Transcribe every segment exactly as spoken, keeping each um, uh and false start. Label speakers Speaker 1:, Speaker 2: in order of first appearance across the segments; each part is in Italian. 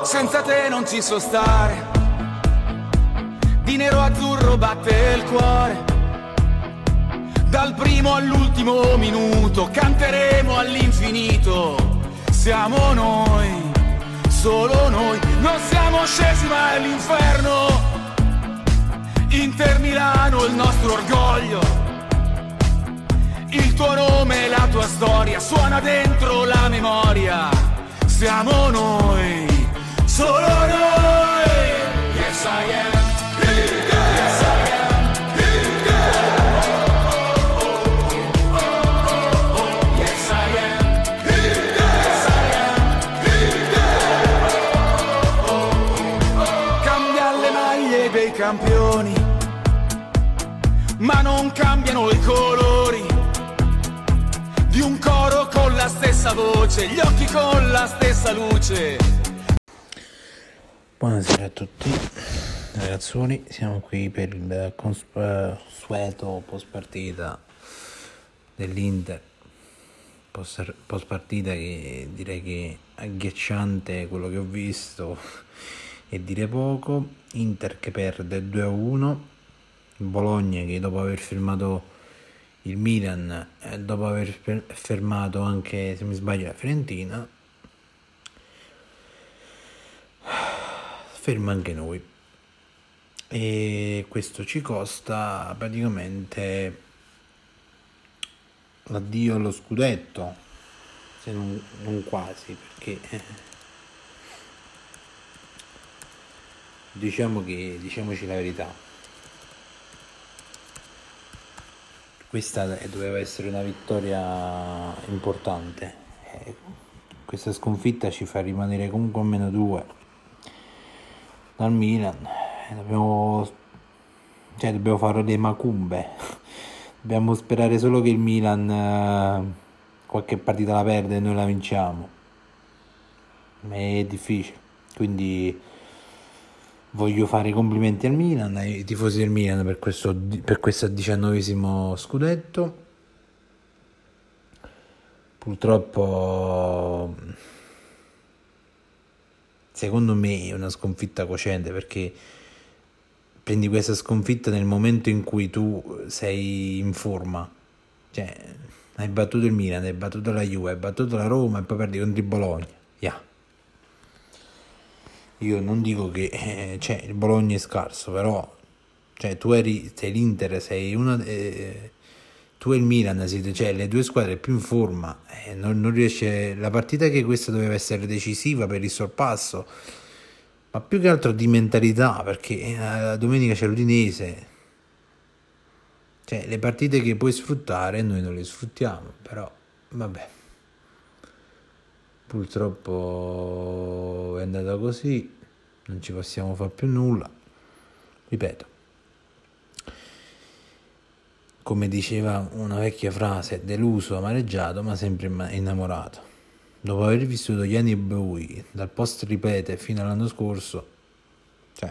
Speaker 1: senza te non ci so stare. Di nero azzurro batte il cuore. Dal primo all'ultimo minuto canteremo all'infinito. Siamo noi, solo noi. Non siamo scesi mai all'inferno. Inter Milano il nostro orgoglio. Il tuo nome e la tua storia suona dentro la memoria. Siamo noi, solo noi. Yes I am. Yes I am. Yes I am. Yes I am. Cambia le maglie dei campioni, ma non cambiano i colori di un coro con la stessa voce, gli occhi con la stessa luce.
Speaker 2: Buonasera a tutti ragazzoni, siamo qui per il consueto post partita dell'Inter, post, post partita che direi che è agghiacciante quello che ho visto e dire poco. Inter che perde due a uno, Bologna che dopo aver fermato il Milan e dopo aver fermato anche, se mi sbaglio, la Fiorentina, ferma anche noi, e questo ci costa praticamente l'addio allo scudetto, se non, non quasi, perché eh, diciamo che diciamoci la verità, questa doveva essere una vittoria importante. Eh, questa sconfitta ci fa rimanere comunque a meno due dal Milan. Eh, dobbiamo, cioè, dobbiamo fare le macumbe. Dobbiamo sperare solo che il Milan eh, qualche partita la perde e noi la vinciamo. Ma è difficile. Quindi voglio fare i complimenti al Milan, ai tifosi del Milan per questo, per questo diciannovesimo scudetto. Purtroppo secondo me è una sconfitta cocente, perché prendi questa sconfitta nel momento in cui tu sei in forma, cioè hai battuto il Milan, hai battuto la Juve, hai battuto la Roma e poi perdi contro il Bologna. Yeah. Io non dico che eh, cioè, il Bologna è scarso, però cioè, tu eri, sei l'Inter, sei una, eh, tu e il Milan siete, cioè, le due squadre più in forma, eh, non, non riesce, la partita che questa doveva essere decisiva per il sorpasso, ma più che altro di mentalità, perché eh, la domenica c'è l'Udinese, cioè le partite che puoi sfruttare noi non le sfruttiamo, però vabbè. Purtroppo è andata così, non ci possiamo fare più nulla. Ripeto, come diceva una vecchia frase, deluso, amareggiato, ma sempre innamorato. Dopo aver vissuto gli anni bui, dal post ripete fino all'anno scorso, cioè,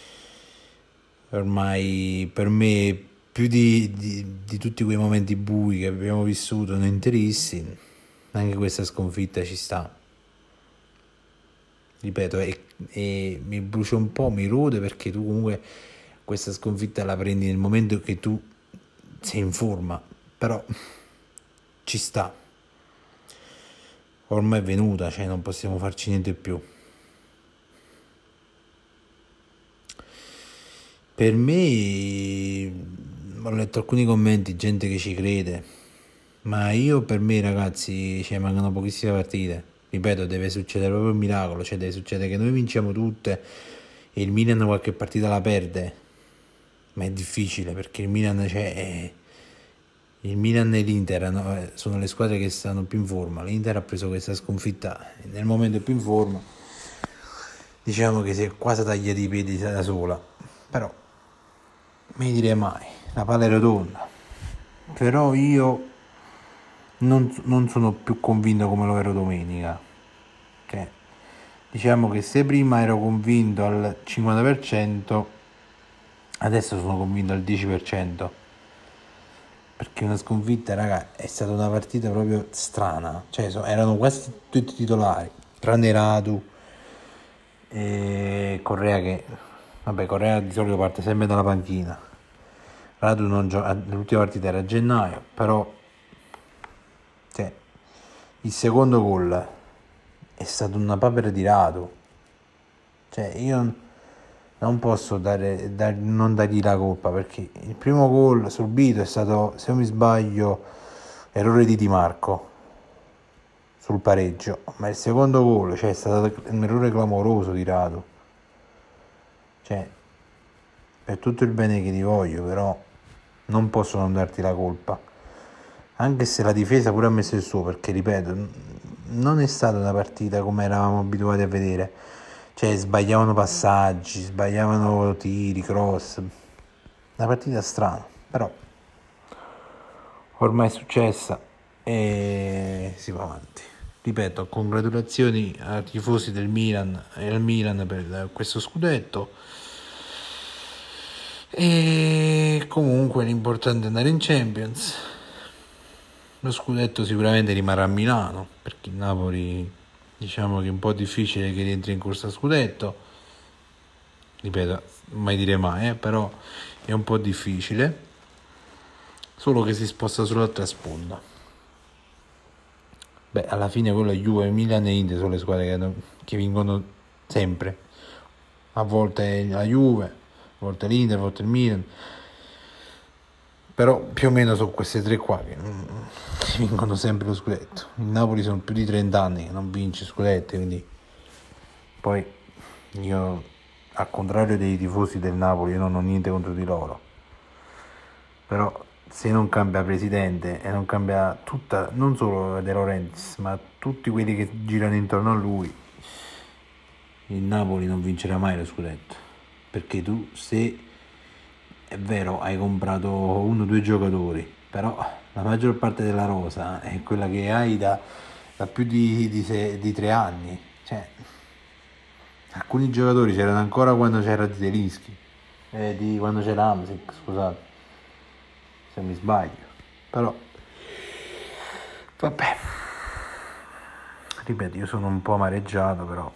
Speaker 2: ormai per me più di, di, di tutti quei momenti bui che abbiamo vissuto noi interisti, anche questa sconfitta ci sta. Ripeto, e, e mi brucia un po', mi rode, perché tu comunque questa sconfitta la prendi nel momento che tu sei in forma, però ci sta, ormai è venuta, cioè non possiamo farci niente più. Per me, ho letto alcuni commenti, gente che ci crede, ma io, per me ragazzi, cioè, mancano pochissime partite. Ripeto, deve succedere proprio un miracolo, cioè deve succedere che noi vinciamo tutte e il Milan qualche partita la perde, ma è difficile, perché il Milan, cioè, è... il Milan e l'Inter, no? Sono le squadre che stanno più in forma. L'Inter ha preso questa sconfitta nel momento più in forma, diciamo che si è quasi tagliati i piedi da sola, però mi direi mai, la palla è rotonda. Però io Non, non sono più convinto come lo ero domenica, cioè, diciamo che se prima ero convinto al cinquanta per cento, adesso sono convinto al dieci per cento, perché una sconfitta, raga, è stata una partita proprio strana, cioè so, erano quasi tutti titolari tranne Radu, e Correa che, vabbè, Correa di solito parte sempre dalla panchina. Radu non gioca, l'ultima partita era a gennaio, però cioè, il secondo gol è stato una papera di Radu. Cioè io non posso dare, dar, non dargli la colpa, perché il primo gol subito è stato, se non mi sbaglio, errore di Di Marco sul pareggio, ma il secondo gol, cioè, è stato un errore clamoroso di Radu. Cioè, per tutto il bene che ti voglio, però non posso non darti la colpa, anche se la difesa pure ha messo il suo, perché ripeto, non è stata una partita come eravamo abituati a vedere. Cioè, sbagliavano passaggi, sbagliavano tiri, cross, una partita strana, però ormai è successa e si va avanti. Ripeto, congratulazioni ai tifosi del Milan e al Milan per questo scudetto, e comunque l'importante è andare in Champions. Lo scudetto sicuramente rimarrà a Milano, perché il Napoli, diciamo che è un po' difficile che rientri in corsa a scudetto, ripeto, mai dire mai, eh, però è un po' difficile, solo che si sposta sull'altra sponda. Beh, alla fine quello è Juve, Milan e Inter sono le squadre che, che vincono sempre, a volte è la Juve, a volte l'Inter, a volte il Milan, però più o meno sono queste tre qua che vincono sempre lo scudetto. Il Napoli sono più di trenta anni che non vince scudetto, quindi poi io, al contrario dei tifosi del Napoli, io non ho niente contro di loro, però se non cambia presidente e non cambia tutta, non solo De Laurentiis, ma tutti quelli che girano intorno a lui, il Napoli non vincerà mai lo scudetto. Perché tu, se è vero, hai comprato uno o due giocatori, però la maggior parte della rosa è quella che hai da, da più di, di, se, di tre anni. Cioè, alcuni giocatori c'erano ancora quando c'era Di Zelinski, eh, di quando c'era Hamsik, scusate se mi sbaglio, però vabbè, ripeto, io sono un po' amareggiato, però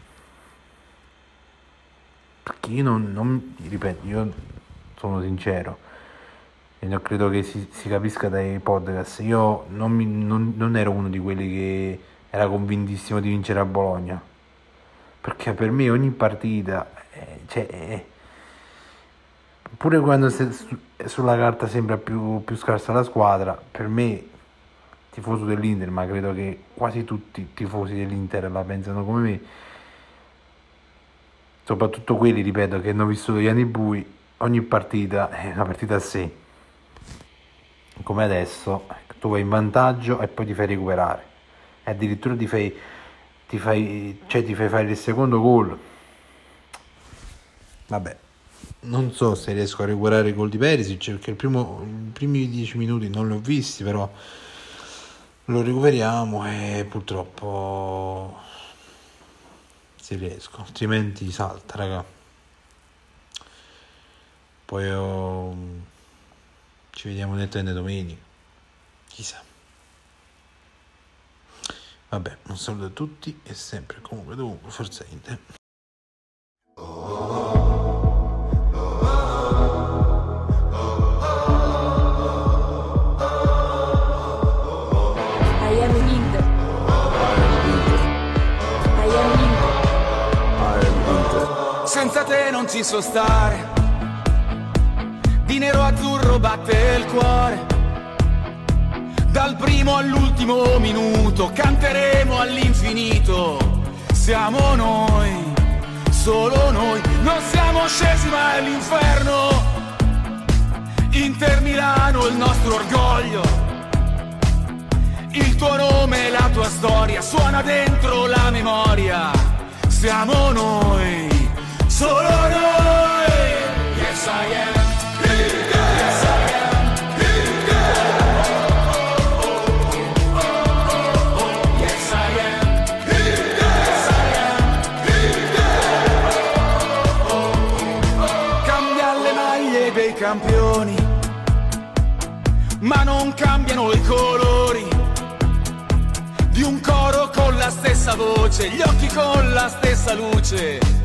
Speaker 2: perché io non, non ripeto, io sono sincero e non credo che si, si capisca dai podcast, io non, mi, non, non ero uno di quelli che era convintissimo di vincere a Bologna, perché per me ogni partita eh, cioè eh, pure quando se, su, sulla carta sembra più, più scarsa la squadra, per me, tifoso dell'Inter, ma credo che quasi tutti i tifosi dell'Inter la pensano come me, soprattutto quelli, ripeto, che hanno vissuto gli anni bui, ogni partita è una partita a sé, come adesso tu vai in vantaggio e poi ti fai recuperare, e addirittura ti fai, ti fai, cioè ti fai fare il secondo gol. Vabbè, non so se riesco a recuperare il gol di Perisic, perché il primo, i primi dieci minuti non li ho visti, però lo recuperiamo e purtroppo se riesco, altrimenti salta, raga. Poi oh, ci vediamo nettamente domenica, chissà. Vabbè, un saluto a tutti e sempre, comunque, dovunque, forza Inter.
Speaker 1: Senza te non ci so stare, di nero azzurro batte il cuore, dal primo all'ultimo minuto canteremo all'infinito. Siamo noi, solo noi, non siamo scesi mai all'inferno. Inter Milano il nostro orgoglio, il tuo nome e la tua storia suona dentro la memoria. Siamo noi, solo noi. Yes I am. Yes I am. Yes I am. Yes I am. Cambia le maglie dei campioni, ma non cambiano i colori di un coro con la stessa stessa voce, gli occhi con la stessa luce.